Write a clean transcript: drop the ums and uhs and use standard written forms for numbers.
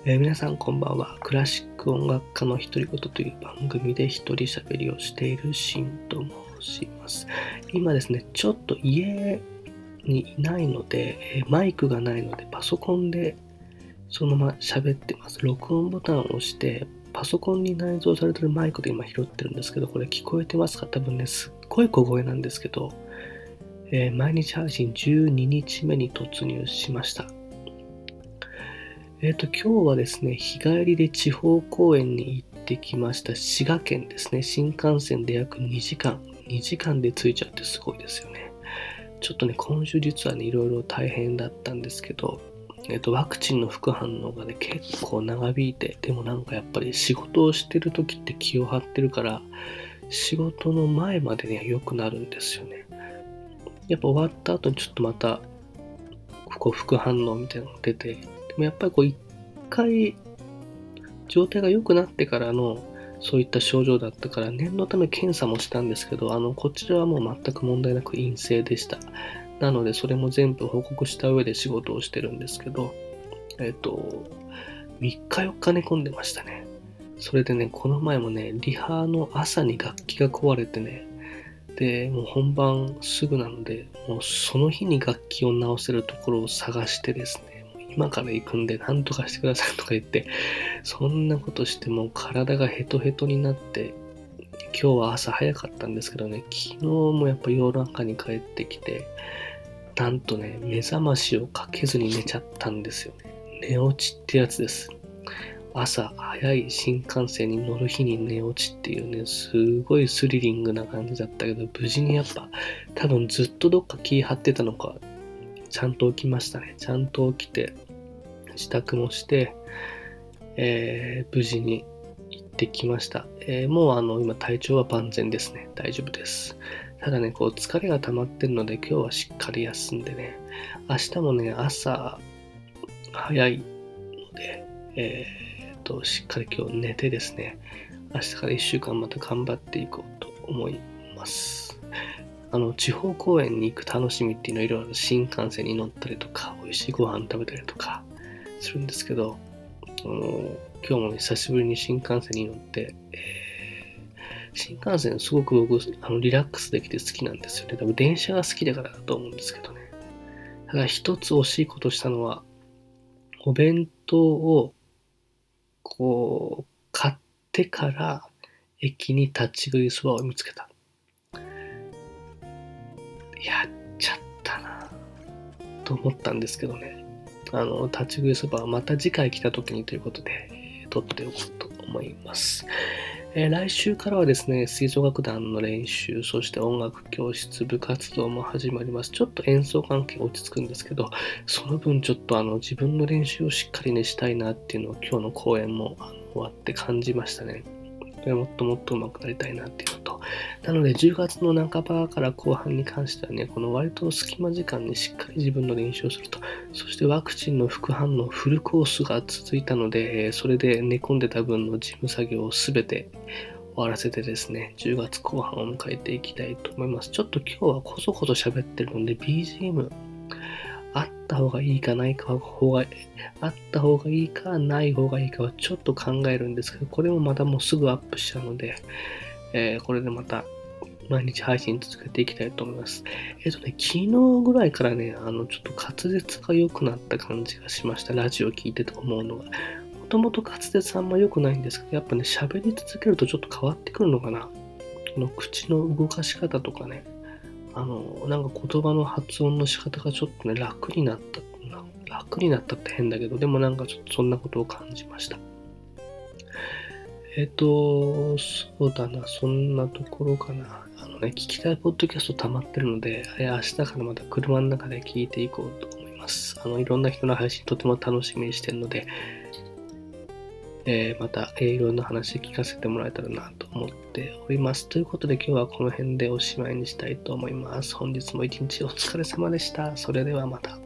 皆さんこんばんは。クラシック音楽家の独り言という番組で一人喋りをしているシンと申します。今ですね、ちょっと家にいないので、マイクがないのでパソコンでそのまま喋ってます。録音ボタンを押して、パソコンに内蔵されているマイクで今拾ってるんですけど、これ聞こえてますか？多分ね、すっごい小声なんですけど、毎日配信12日目に突入しました。今日はですね、日帰りで地方公演に行ってきました。滋賀県ですね。新幹線で約2時間。2時間で着いちゃうってすごいですよね。ちょっとね、今週実はね、いろいろ大変だったんですけど、ワクチンの副反応がね、結構長引いて、でもなんかやっぱり仕事をしてる時って気を張ってるから、仕事の前までね、良くなるんですよね。やっぱ終わった後にちょっとまた、副反応みたいなのが出て、でもやっぱり一回状態が良くなってからのそういった症状だったから念のため検査もしたんですけど、こちらはもう全く問題なく陰性でした。なのでそれも全部報告した上で仕事をしてるんですけど、3日4日寝込んでましたね。それでね、この前もね、リハの朝に楽器が壊れてね、で、もう本番すぐなので、もうその日に楽器を直せるところを探してですね、今から行くんで何とかしてくださいとか言って、そんなことしてもう体がヘトヘトになって、今日は朝早かったんですけどね、昨日もやっぱ夜中に帰ってきて、なんとね、目覚ましをかけずに寝ちゃったんですよね。寝落ちってやつです。朝早い新幹線に乗る日に寝落ちっていうね、すごいスリリングな感じだったけど、無事にやっぱ多分ずっとどっか気張ってたのか、ちゃんと起きましたね。ちゃんと起きて、支度もして、無事に行ってきました。もう今体調は万全ですね。大丈夫です。ただね、疲れが溜まってるので今日はしっかり休んでね、明日もね、朝早いので、しっかり今日寝てですね、明日から1週間また頑張っていこうと思います。地方公演に行く楽しみっていうのはいろいろ新幹線に乗ったりとか、美味しいご飯食べたりとかするんですけど、今日もね、久しぶりに新幹線に乗って、新幹線すごく僕、リラックスできて好きなんですよね。多分電車が好きだからだと思うんですけどね。ただ一つ惜しいことしたのは、お弁当を買ってから駅に立ち食いそばを見つけた。やっちゃったなと思ったんですけどね。立ち食いそばはまた次回来た時にということで、撮っておこうと思います。来週からはですね、吹奏楽団の練習、そして音楽教室、部活動も始まります。ちょっと演奏関係落ち着くんですけど、その分ちょっと自分の練習をしっかりねしたいなっていうのを今日の公演も終わって感じましたね。もっともっと上手くなりたいなっていうのと、なので10月の半ばから後半に関してはね、この割と隙間時間にしっかり自分の練習をすると、そしてワクチンの副反応フルコースが続いたので、それで寝込んでた分の事務作業をすべて終わらせてですね、10月後半を迎えていきたいと思います。ちょっと今日はこそこそ喋ってるので BGM あった方がいいかないかあった方がいいかない方がいいかはちょっと考えるんですけど、これもまたもうすぐアップしちゃうので、これでまた毎日配信続けていきたいと思います。昨日ぐらいからね、ちょっと滑舌が良くなった感じがしました。ラジオ聞いてて思うのが。もともと滑舌あんま良くないんですけど、やっぱね、喋り続けるとちょっと変わってくるのかな。口の動かし方とかね、なんか言葉の発音の仕方がちょっとね、楽になったって変だけど、でもなんかちょっとそんなことを感じました。そうだな、そんなところかな。聞きたいポッドキャスト溜まってるので、明日からまた車の中で聞いていこうと思います。いろんな人の配信とても楽しみにしてるので、また、いろんな話聞かせてもらえたらなと思っております。ということで今日はこの辺でおしまいにしたいと思います。本日も一日お疲れ様でした。それではまた。